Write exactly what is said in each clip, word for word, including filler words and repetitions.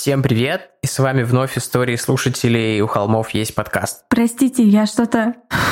Всем привет, и с вами вновь истории слушателей «У холмов есть подкаст». Простите, я что-то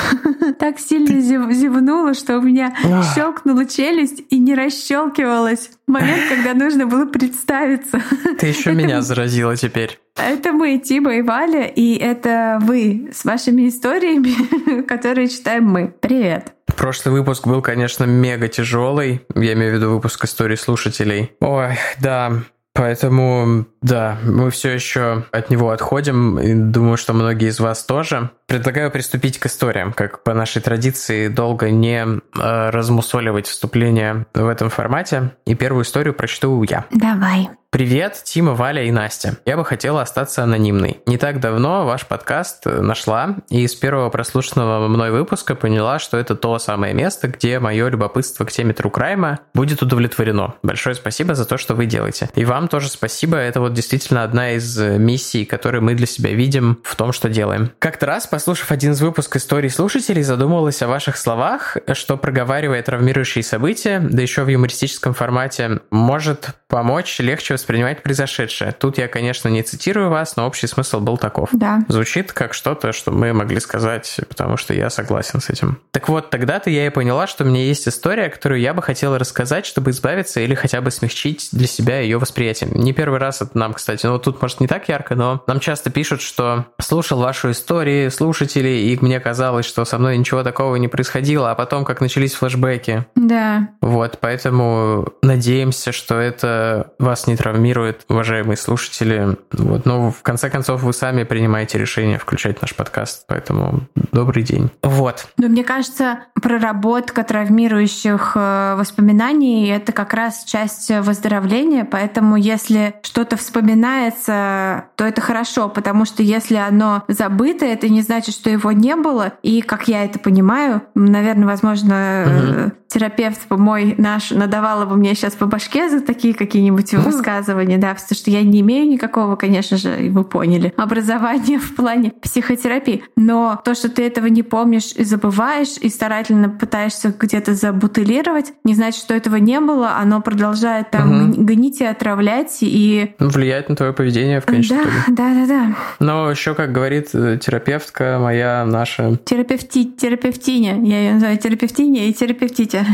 так сильно зевнула, что у меня щелкнула челюсть и не расщелкивалась в момент, когда нужно было представиться. Ты еще меня заразила теперь. Это мы, Тима и Валя, и это вы с вашими историями, которые читаем мы. Привет. Прошлый выпуск был, конечно, мега тяжелый. Я имею в виду выпуск историй слушателей. Ой, да. Поэтому, да, мы все еще от него отходим, и думаю, что многие из вас тоже. Предлагаю приступить к историям, как по нашей традиции долго не э, размусоливать вступление в этом формате. И первую историю прочту я. Давай. Привет, Тима, Валя и Настя. Я бы хотела остаться анонимной. Не так давно ваш подкаст нашла, и из первого прослушанного мной выпуска поняла, что это то самое место, где мое любопытство к теме True Crime будет удовлетворено. Большое спасибо за то, что вы делаете. И вам тоже спасибо. Это вот действительно одна из миссий, которые мы для себя видим в том, что делаем. Как-то раз, послушав один из выпусков историй слушателей, задумалась о ваших словах, что, проговаривая травмирующие события, да еще в юмористическом формате, может помочь легче воспринимать произошедшее. Тут я, конечно, не цитирую вас, но общий смысл был таков. Да. Звучит как что-то, что мы могли сказать, потому что я согласен с этим. Так вот, тогда-то я и поняла, что у меня есть история, которую я бы хотела рассказать, чтобы избавиться или хотя бы смягчить для себя ее восприятие. Не первый раз это нам, кстати. Ну, вот тут, может, не так ярко, но нам часто пишут, что слушал вашу историю, слушатели, и мне казалось, что со мной ничего такого не происходило, а потом, как начались флешбеки. Да. Вот, поэтому надеемся, что это вас не травмирует, уважаемые слушатели. Вот, но в конце концов вы сами принимаете решение включать наш подкаст, поэтому добрый день. Вот. Но мне кажется, проработка травмирующих воспоминаний — это как раз часть выздоровления, поэтому если что-то вспоминается, то это хорошо, потому что если оно забыто, это не значит, что его не было. И, как я это понимаю, наверное, возможно, угу. терапевт мой наш надавала бы мне сейчас по башке за такие какие-нибудь высказывания, да, потому что я не имею никакого, конечно же, и вы поняли, образования в плане психотерапии. Но то, что ты этого не помнишь и забываешь, и старательно пытаешься где-то забутылировать, не значит, что этого не было, оно продолжает там угу. гнить и отравлять, и... влиять на твое поведение в конечном итоге. Да, да, да, да. Но еще, как говорит терапевтка моя, наша... Терапевти... Терапевтиня. Я ее называю терапевтиня и терапевтитя.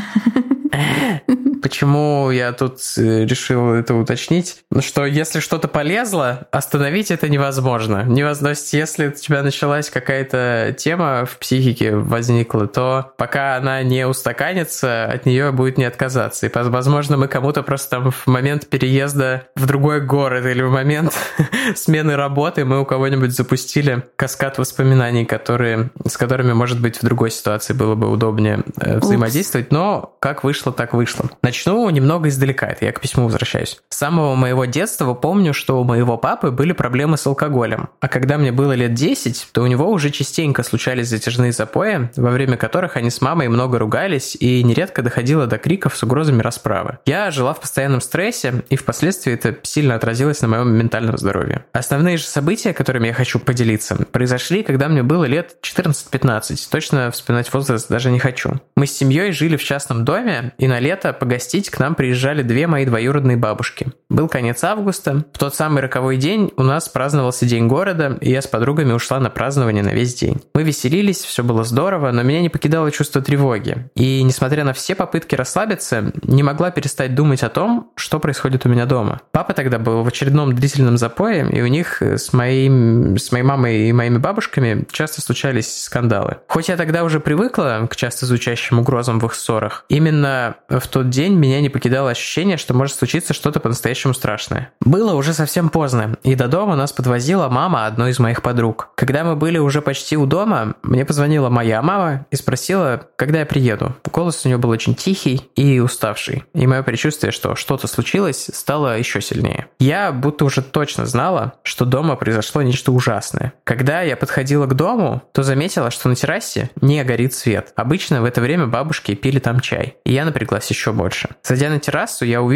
Почему я тут решил это уточнить? Что если что-то полезло, остановить это невозможно. Невозможно. Если у тебя началась какая-то тема в психике возникла, то пока она не устаканится, от нее будет не отказаться. И, возможно, мы кому-то просто там в момент переезда в другой город или в момент смены работы мы у кого-нибудь запустили каскад воспоминаний, которые, с которыми, может быть, в другой ситуации было бы удобнее взаимодействовать. Упс. Но как вышло, так вышло. Начну немного издалека, это я к письму возвращаюсь. С самого моего детства помню, что у моего папы были проблемы с алкоголем. А когда мне было лет десять, то у него уже частенько случались затяжные запои, во время которых они с мамой много ругались и нередко доходило до криков с угрозами расправы. Я жила в постоянном стрессе, и впоследствии это сильно отразилось на моем ментальном здоровье. Основные же события, которыми я хочу поделиться, произошли, когда мне было лет четырнадцать-пятнадцать. Точно вспоминать возраст даже не хочу. Мы с семьей жили в частном доме, и на лето погостить к нам приезжали две мои двоюродные бабушки. Был конец августа. В тот самый роковой день у нас праздновался День города, и я с подругами ушла на празднование на весь день. Мы веселились, все было здорово, но меня не покидало чувство тревоги. И, несмотря на все попытки расслабиться, не могла перестать думать о том, что происходит у меня дома. Папа тогда был в очередном длительном запое, и у них с, моим, с моей мамой и моими бабушками часто случались скандалы. Хоть я тогда уже привыкла к часто звучащим угрозам в их ссорах, именно в тот день меня не покидало ощущение, что может случиться что-то по-настоящему страшное. Было уже совсем поздно, и до дома нас подвозила мама одной из моих подруг. Когда мы были уже почти у дома, мне позвонила моя мама и спросила, когда я приеду. Голос у нее был очень тихий и уставший, и мое предчувствие, что что-то случилось, стало еще сильнее. Я будто уже точно знала, что дома произошло нечто ужасное. Когда я подходила к дому, то заметила, что на террасе не горит свет. Обычно в это время бабушки пили там чай, и я напряглась еще больше. Зайдя на террасу, я увидела, что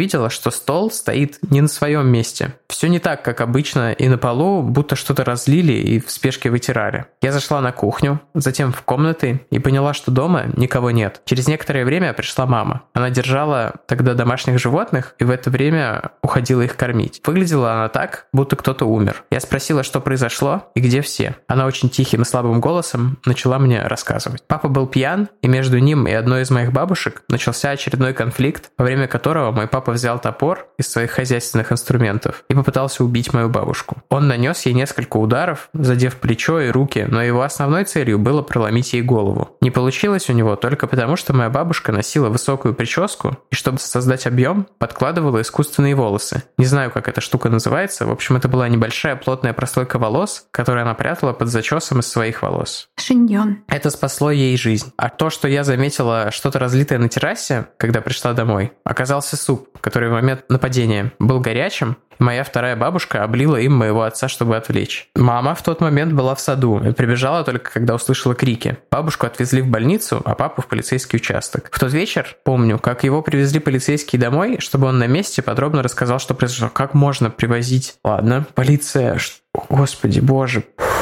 что стол стоит не на своем месте. Все не так, как обычно, и на полу будто что-то разлили и в спешке вытирали. Я зашла на кухню, затем в комнаты и поняла, что дома никого нет. Через некоторое время пришла мама. Она держала тогда домашних животных и в это время уходила их кормить. Выглядела она так, будто кто-то умер. Я спросила, что произошло и где все. Она очень тихим и слабым голосом начала мне рассказывать. Папа был пьян, и между ним и одной из моих бабушек начался очередной конфликт, во время которого мой папа взял топор из своих хозяйственных инструментов и попытался убить мою бабушку. Он нанес ей несколько ударов, задев плечо и руки, но его основной целью было проломить ей голову. Не получилось у него только потому, что моя бабушка носила высокую прическу и, чтобы создать объем, подкладывала искусственные волосы. Не знаю, как эта штука называется. В общем, это была небольшая плотная прослойка волос, которую она прятала под зачесом из своих волос. Шиньон. Это спасло ей жизнь. А то, что я заметила что-то разлитое на террасе, когда пришла домой, оказался суп, который в момент нападения был горячим, и моя вторая бабушка облила им моего отца, чтобы отвлечь. Мама в тот момент была в саду и прибежала только, когда услышала крики. Бабушку отвезли в больницу, а папу в полицейский участок. В тот вечер помню, как его привезли полицейские домой, чтобы он на месте подробно рассказал, что произошло. Как можно привозить? Ладно, полиция... Господи, боже...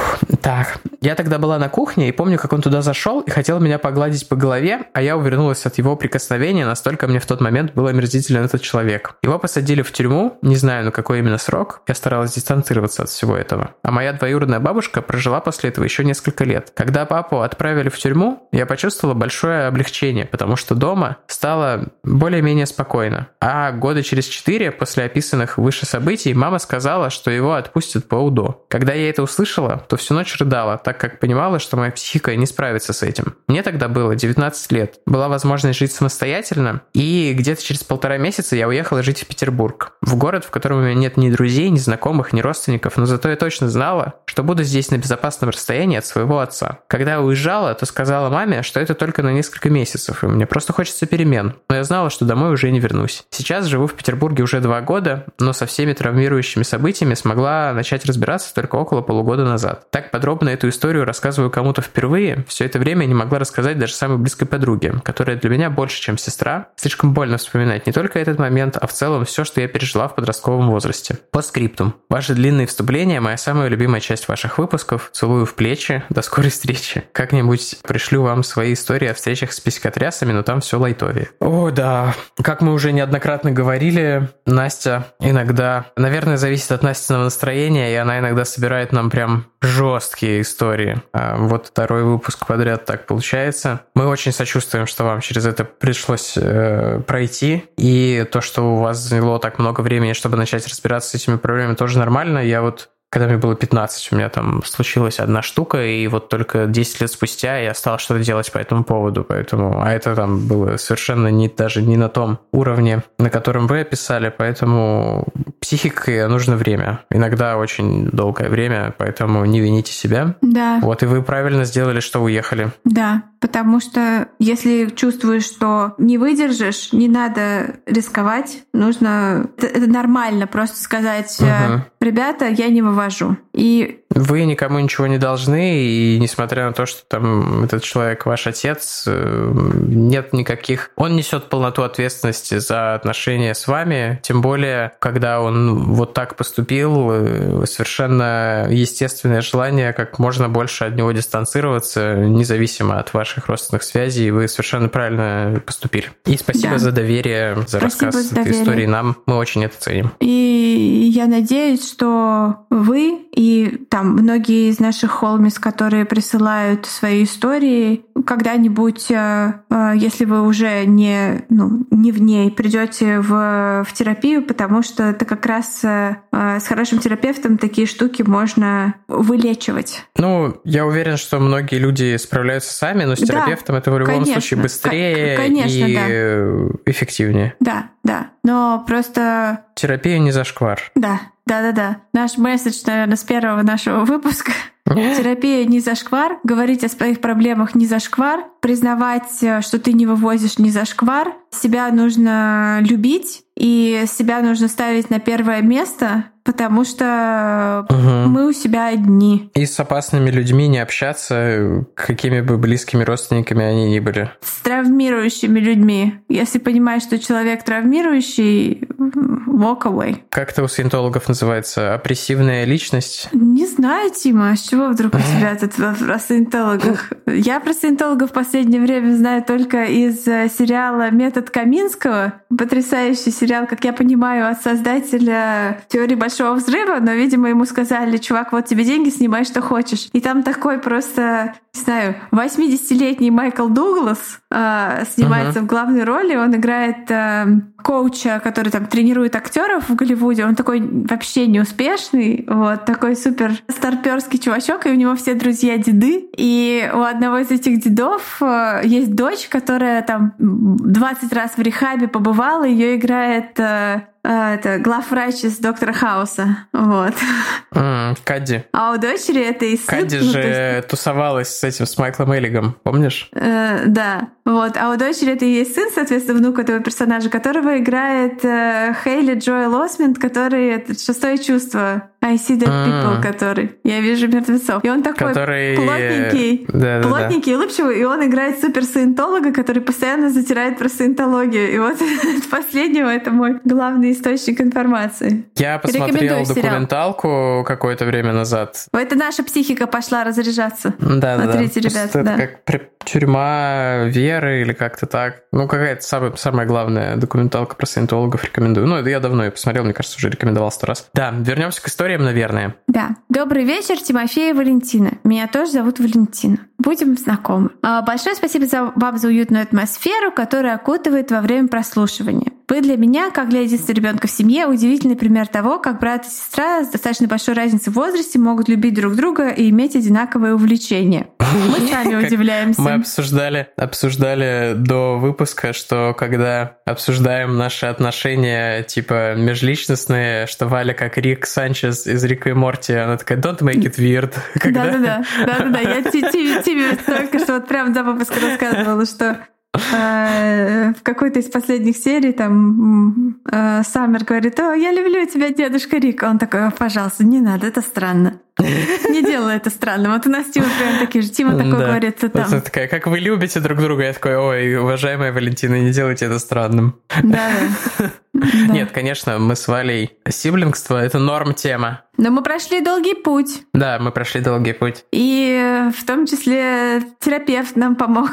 Так, я тогда была на кухне и помню, как он туда зашел и хотел меня погладить по голове, а я увернулась от его прикосновения, настолько мне в тот момент был омерзителен этот человек. Его посадили в тюрьму, не знаю, на какой именно срок, я старалась дистанцироваться от всего этого. А моя двоюродная бабушка прожила после этого еще несколько лет. Когда папу отправили в тюрьму, я почувствовала большое облегчение, потому что дома стало более-менее спокойно. А года через четыре после описанных выше событий мама сказала, что его отпустят по УДО. Когда я это услышала, то всю ночь рыдала, так как понимала, что моя психика не справится с этим. Мне тогда было девятнадцать лет. Была возможность жить самостоятельно, и где-то через полтора месяца я уехала жить в Петербург. В город, в котором у меня нет ни друзей, ни знакомых, ни родственников, но зато я точно знала, что буду здесь на безопасном расстоянии от своего отца. Когда я уезжала, то сказала маме, что это только на несколько месяцев, и мне просто хочется перемен. Но я знала, что домой уже не вернусь. Сейчас живу в Петербурге уже два года, но со всеми травмирующими событиями смогла начать разбираться только около полугода назад. Так подробно эту историю рассказываю кому-то впервые. Все это время я не могла рассказать даже самой близкой подруге, которая для меня больше, чем сестра. Слишком больно вспоминать не только этот момент, а в целом все, что я пережила в подростковом возрасте. Постскриптум. Ваши длинные вступления – моя самая любимая часть ваших выпусков. Целую в плечи. До скорой встречи. Как-нибудь пришлю вам свои истории о встречах с психотрясами, но там все лайтовее. О, да. Как мы уже неоднократно говорили, Настя иногда, наверное, зависит от Настиного настроения, и она иногда собирает нам прям жесткие истории. А вот второй выпуск подряд так получается. Мы очень сочувствуем, что вам через это пришлось э, пройти. И то, что у вас заняло так много времени, чтобы начать разбираться с этими проблемами, тоже нормально. Я вот когда мне было пятнадцать, у меня там случилась одна штука, и вот только десять лет спустя я стал что-то делать по этому поводу. Поэтому, а это там было совершенно не, даже не на том уровне, на котором вы описали, поэтому психике нужно время. Иногда очень долгое время, поэтому не вините себя. Да. Вот, и вы правильно сделали, что уехали. Да, потому что если чувствуешь, что не выдержишь, не надо рисковать, нужно... Это, это нормально просто сказать, угу. Ребята, я не вывожу. И вы никому ничего не должны, и несмотря на то, что там этот человек ваш отец, нет никаких... Он несет полноту ответственности за отношения с вами, тем более, когда он вот так поступил, совершенно естественное желание как можно больше от него дистанцироваться, независимо от ваших родственных связей, вы совершенно правильно поступили. И спасибо да. за доверие, за спасибо рассказ за этой истории нам, мы очень это ценим. И я надеюсь, что вы и там многие из наших холмис, которые присылают свои истории, когда-нибудь, если вы уже не, ну, не в ней, придете в, в терапию, потому что это как раз с хорошим терапевтом такие штуки можно вылечивать. Ну, я уверен, что многие люди справляются сами, но с терапевтом да, это в любом конечно, случае быстрее конечно, и да. эффективнее. Да, да. Но просто... Терапия не зашквар. Да. Да-да-да. Наш месседж, наверное, с первого нашего выпуска. Терапия не зашквар, говорить о своих проблемах не зашквар, признавать, что ты не вывозишь не зашквар. Себя нужно любить, и себя нужно ставить на первое место, потому что угу. мы у себя одни. И с опасными людьми не общаться, какими бы близкими родственниками они ни были. С травмирующими людьми. Если понимаешь, что человек травмирующий, walk away. Как это у саентологов называется? Опрессивная личность? Не знаю, Тима, с чего вдруг у тебя тут про саентологов? Я про саентологов в последнее время знаю только из сериала «Метод Каминского». Потрясающий сериал, как я понимаю, от создателя «Теории Большого Взрыва», но, видимо, ему сказали: чувак, вот тебе деньги, снимай, что хочешь. И там такой просто, не знаю, восьмидесятилетний Майкл Дуглас э, снимается uh-huh. в главной роли. Он играет э, коуча, который там тренирует актеров в Голливуде. Он такой вообще неуспешный, вот такой супер старперский чувачок, и у него все друзья деды. И у одного из этих дедов э, есть дочь, которая там двадцать раз в рехабе побывала. Ее играет э, это главврач из Доктора Хауса. Вот. Mm, Кадди. А у дочери это и сын. Кадди ну, же есть... тусовалась с этим, с Майклом Эллигом, помнишь? Э, да. Вот. А у дочери это и есть сын, соответственно, внук этого персонажа, которого играет э, Хейли Джоэл Осмент, который это «Шестое чувство». I see dead people, mm. который. Я вижу мертвецов. И он такой который... плотненький, да, да, плотненький да. и улыбчивый, и он играет супер-саентолога, который постоянно затирает про саентологию. И вот последнего это мой главный источник информации. Я посмотрел документалку какое-то время назад. Это наша психика пошла разряжаться. Да, Смотрите, да, да. ребята. Это да. как тюрьма веры или как-то так. Ну, какая-то самая, самая главная документалка про саентологов, рекомендую. Ну, это я давно ее посмотрел, мне кажется, уже рекомендовал сто раз. Да, вернемся к истории, наверное. Да. Добрый вечер, Тимофей и Валентина. Меня тоже зовут Валентина. Будем знакомы. Большое спасибо за, вам за уютную атмосферу, которая окутывает во время прослушивания. Вы для меня, как для единственного ребенка в семье, удивительный пример того, как брат и сестра с достаточно большой разницей в возрасте могут любить друг друга и иметь одинаковые увлечения. Мы сами удивляемся. Мы обсуждали, обсуждали до выпуска, что когда обсуждаем наши отношения типа межличностные, что Валя как Рик Санчез из Рика и Морти, она такая «Don't make it weird». Да-да-да, да-да-да. Я тебе только что вот прям до выпуска рассказывала, что в какой-то из последних серий там Саммер говорит: «О, я люблю тебя, дедушка Рик». Он такой: «Пожалуйста, не надо, это странно». Не делай это странным. Вот у нас Тима прям такие же. Тима такой да. говорит там. Вот такая, как вы любите друг друга. Я такой: ой, уважаемая Валентина, не делайте это странным. Да. Нет, конечно, мы с Валей сиблингство — это норм-тема. Но мы прошли долгий путь. Да, мы прошли долгий путь. И в том числе терапевт нам помог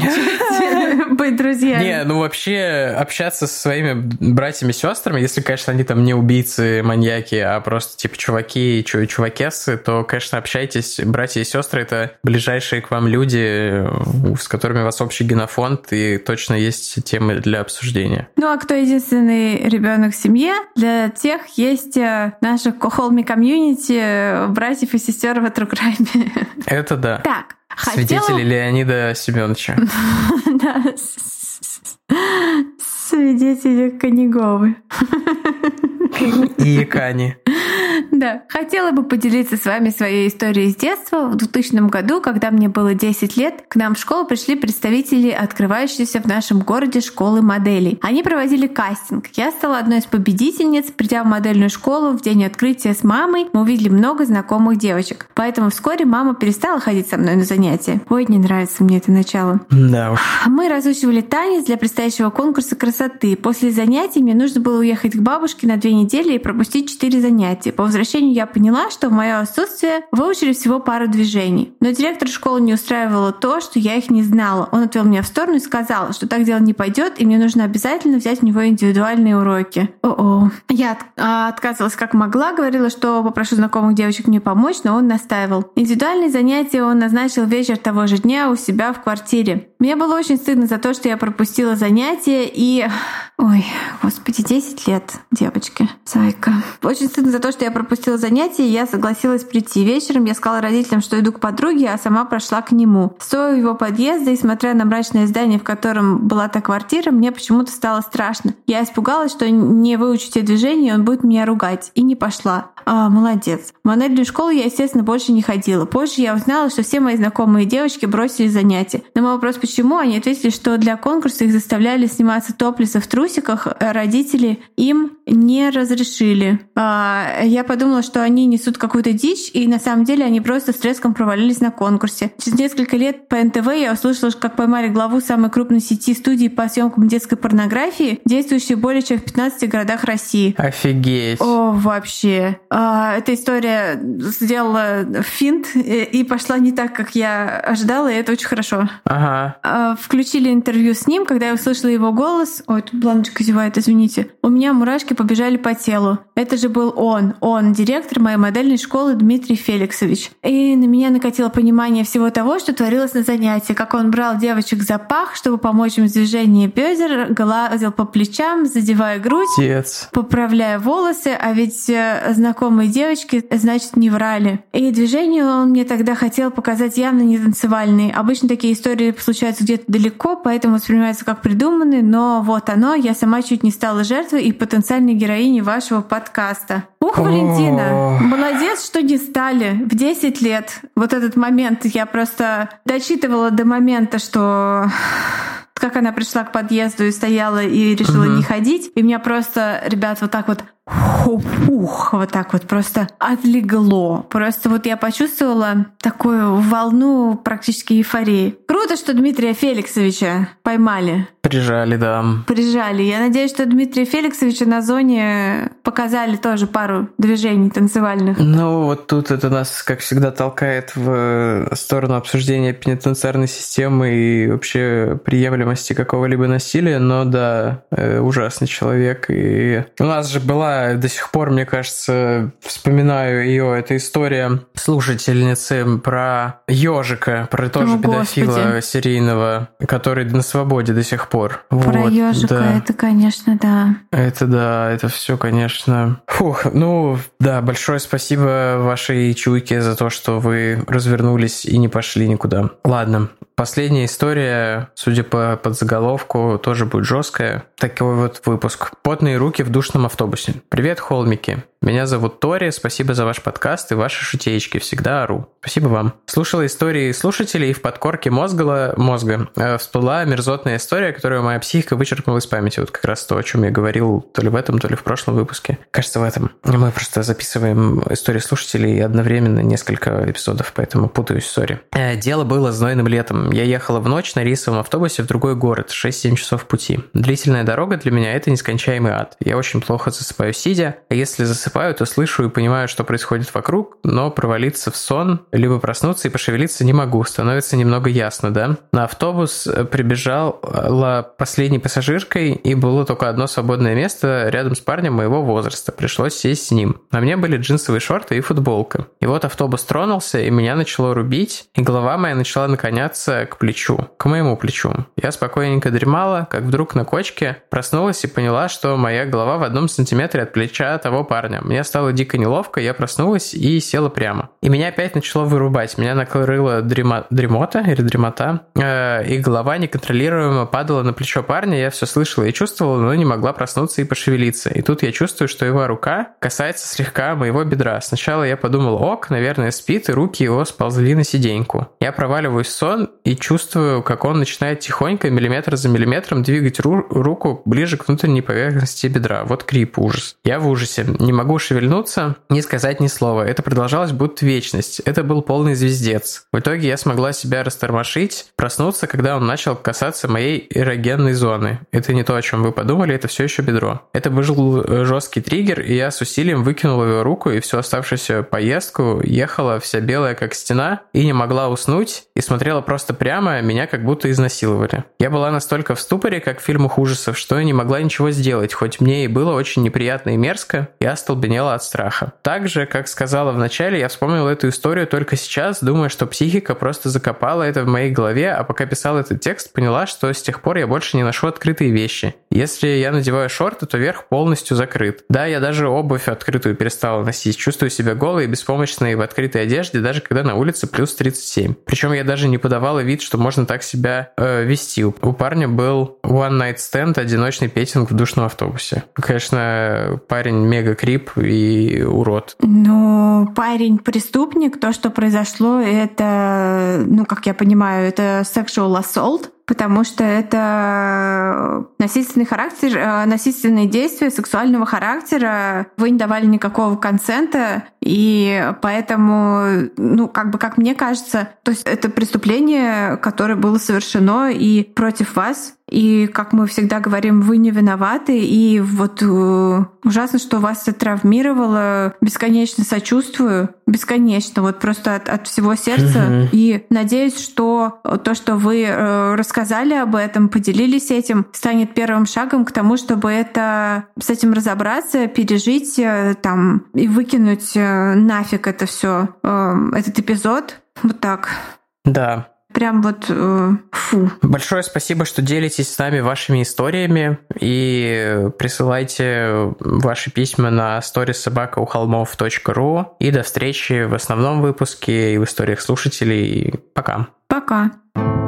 быть друзьями. Не, ну вообще общаться со своими братьями и сестрами, если, конечно, они там не убийцы, маньяки, а просто типа чуваки и чувакессы, то, конечно, общайтесь. Братья и сестры — это ближайшие к вам люди, с которыми у вас общий генофонд, и точно есть темы для обсуждения. Ну а кто единственный ребенок в семье? Для тех есть наша холми комьюнити братьев и сестер в True Crime. Это да. Так, свидетели хотела... Леонида Семеновича. Да. Свидетели Кониговы. И Кани. Да. Хотела бы поделиться с вами своей историей из детства. В двухтысячном году, когда мне было десять лет, к нам в школу пришли представители открывающейся в нашем городе школы моделей. Они проводили кастинг. Я стала одной из победительниц. Придя в модельную школу в день открытия с мамой, мы увидели много знакомых девочек. Поэтому вскоре мама перестала ходить со мной на занятия. Ой, не нравится мне это начало. Да уж. Мы разучивали танец для предстоящего конкурса красоты. После занятий мне нужно было уехать к бабушке на две недели и пропустить четыре занятия. По возвращению я поняла, что в мое отсутствие выучили всего пару движений. Но директор школы не устраивало то, что я их не знала. Он отвел меня в сторону и сказал, что так дело не пойдет, и мне нужно обязательно взять у него индивидуальные уроки. О-о. Я от- отказывалась как могла, говорила, что попрошу знакомых девочек мне помочь, но он настаивал. Индивидуальные занятия он назначил вечер того же дня у себя в квартире. Мне было очень стыдно за то, что я пропустила занятия, и... Ой, господи, десять лет, девочки. Зайка. Очень стыдно за то, что я пропустила занятия, и я согласилась прийти. Вечером я сказала родителям, что иду к подруге, а сама прошла к нему. Стоя у его подъезда и смотря на мрачное здание, в котором была та квартира, мне почему-то стало страшно. Я испугалась, что не выучу те движения, и он будет меня ругать. И не пошла. А, молодец. В модельную школу я, естественно, больше не ходила. Позже я узнала, что все мои знакомые девочки бросили занятия. На мой вопрос, почему, они ответили, что для конкурса их заставляли сниматься топлеса в трусиках, а родители им не разрешили. А, я подумала, что они несут какую-то дичь, и на самом деле они просто с треском провалились на конкурсе. Через несколько лет по эн тэ вэ я услышала, как поймали главу самой крупной сети студий по съемкам детской порнографии, действующей более чем в пятнадцати городах России. Офигеть. О, вообще. А, эта история сделала финт и пошла не так, как я ожидала, и это очень хорошо. Ага. А, включили интервью с ним, когда я услышала его голос. Ой, тут Бланочка зевает, извините. У меня мурашки побежали по телу. Это же был он. Он, директор моей модельной школы Дмитрий Феликсович. И на меня накатило понимание всего того, что творилось на занятии. Как он брал девочек за пах, чтобы помочь им в движении бедер, гладил по плечам, задевая грудь, Отец. поправляя волосы, а ведь знакомые девочки, значит, не врали. И движения он мне тогда хотел показать явно не танцевальные. Обычно такие истории случаются где-то далеко, поэтому воспринимаются как придуманные, но вот оно, я сама чуть не стала жертвой и потенциальной героиней вашего подкаста. Ух, Валентина, молодец, что не стали. В десять лет вот этот момент я просто дочитывала до момента, что... как она пришла к подъезду и стояла и решила uh-huh. не ходить. И меня просто, ребят, вот так вот ух, вот так вот просто отлегло. Просто вот я почувствовала такую волну практически эйфории. Круто, что Дмитрия Феликсовича поймали. Прижали, да. Прижали. Я надеюсь, что Дмитрия Феликсовича на зоне показали тоже пару движений танцевальных. Ну, вот тут это нас, как всегда, толкает в сторону обсуждения пенитенциарной системы и вообще приемлемости какого-либо насилия, но да, ужасный человек. И у нас же была до сих пор, мне кажется, вспоминаю ее, эта история слушательницы про ежика, про тоже О, педофила Господи. серийного, который на свободе до сих пор. Про вот, ежика, да. это, конечно, да. Это да, это все, конечно. Фух, ну да, большое спасибо вашей чуйке за то, что вы развернулись и не пошли никуда. Ладно, последняя история, судя по подзаголовку, тоже будет жесткая. Такой вот выпуск. Потные руки в душном автобусе. Привет, холмики. Меня зовут Тори, спасибо за ваш подкаст и ваши шутеечки, всегда ору. Спасибо вам. Слушала истории слушателей, и в подкорке мозга, мозга э, всплыла мерзотная история, которую моя психика вычеркнула из памяти. Вот как раз то, о чем я говорил то ли в этом, то ли в прошлом выпуске. Кажется, в этом. Мы просто записываем истории слушателей одновременно несколько эпизодов, поэтому путаюсь, сори. Э, дело было знойным летом. Я ехала в ночь на рейсовом автобусе в другой город, шесть-семь часов пути. Длительная дорога для меня — это нескончаемый ад. Я очень плохо засыпаю сидя, а если засыпаю, то слышу и понимаю, что происходит вокруг, но провалиться в сон, либо проснуться и пошевелиться не могу. Становится немного ясно, да? На автобус прибежала последней пассажиркой, и было только одно свободное место рядом с парнем моего возраста. Пришлось сесть с ним. На мне были джинсовые шорты и футболка. И вот автобус тронулся, и меня начало рубить, и голова моя начала наклоняться к плечу, к моему плечу. Я спокойненько дремала, как вдруг на кочке проснулась и поняла, что моя голова в одном сантиметре от плеча того парня. Мне стало дико неловко, я проснулась и села прямо. И меня опять начало вырубать. Меня накрыла дрема... дремота или дремота, э, и голова неконтролируемо падала на плечо парня. Я все слышала и чувствовала, но не могла проснуться и пошевелиться. И тут я чувствую, что его рука касается слегка моего бедра. Сначала я подумал, ок, наверное, спит, и руки его сползли на сиденьку. Я проваливаюсь в сон и чувствую, как он начинает тихонько, миллиметр за миллиметром, двигать ру- руку ближе к внутренней поверхности бедра. Вот крип, ужас. Я в ужасе. Не могу шевельнуться, не сказать ни слова. Это продолжалось будто вечность. Это был полный звездец. В итоге я смогла себя растормошить, проснуться, когда он начал касаться моей эрогенной зоны. Это не то, о чем вы подумали, это все еще бедро. Это был жесткий триггер, и я с усилием выкинула его руку, и всю оставшуюся поездку ехала вся белая как стена, и не могла уснуть, и смотрела просто прямо, меня как будто изнасиловали. Я была настолько в ступоре, как в фильмах ужасов, что я не могла ничего сделать, хоть мне и было очень неприятно и мерзко, я остолбенела от страха. Так же, как сказала в начале, я вспомнила эту историю только сейчас, думая, что психика просто закопала это в моей голове, а пока писала этот текст, поняла, что с тех пор я больше не ношу открытые вещи. Если я надеваю шорты, то верх полностью закрыт. Да, я даже обувь открытую перестала носить, чувствую себя голой и беспомощной в открытой одежде, даже когда на улице плюс тридцать семь. Причем я даже не подавала подавала вид, что можно так себя э, вести. У парня был one night stand, одиночный петинг в душном автобусе. Конечно, парень мега крип и урод. Ну, парень преступник, то, что произошло, это, ну, как я понимаю, это sexual assault, потому что это насильственный характер, насильственные действия сексуального характера. Вы не давали никакого консента, и поэтому, ну, как бы, как мне кажется, то есть это преступление, которое было совершено и против вас, и, как мы всегда говорим, вы не виноваты, и вот э, ужасно, что вас это травмировало. Бесконечно сочувствую, бесконечно, вот просто от, от всего сердца. Mm-hmm. И надеюсь, что то, что вы э, рассказали об этом, поделились этим, станет первым шагом к тому, чтобы это, с этим разобраться, пережить э, там и выкинуть э, нафиг это все, э, этот эпизод. Вот так. Да. Прям вот э, фу. Большое спасибо, что делитесь с нами вашими историями и присылайте ваши письма на сторис собака у холмов точка ру. И до встречи в основном выпуске и в историях слушателей. Пока. Пока.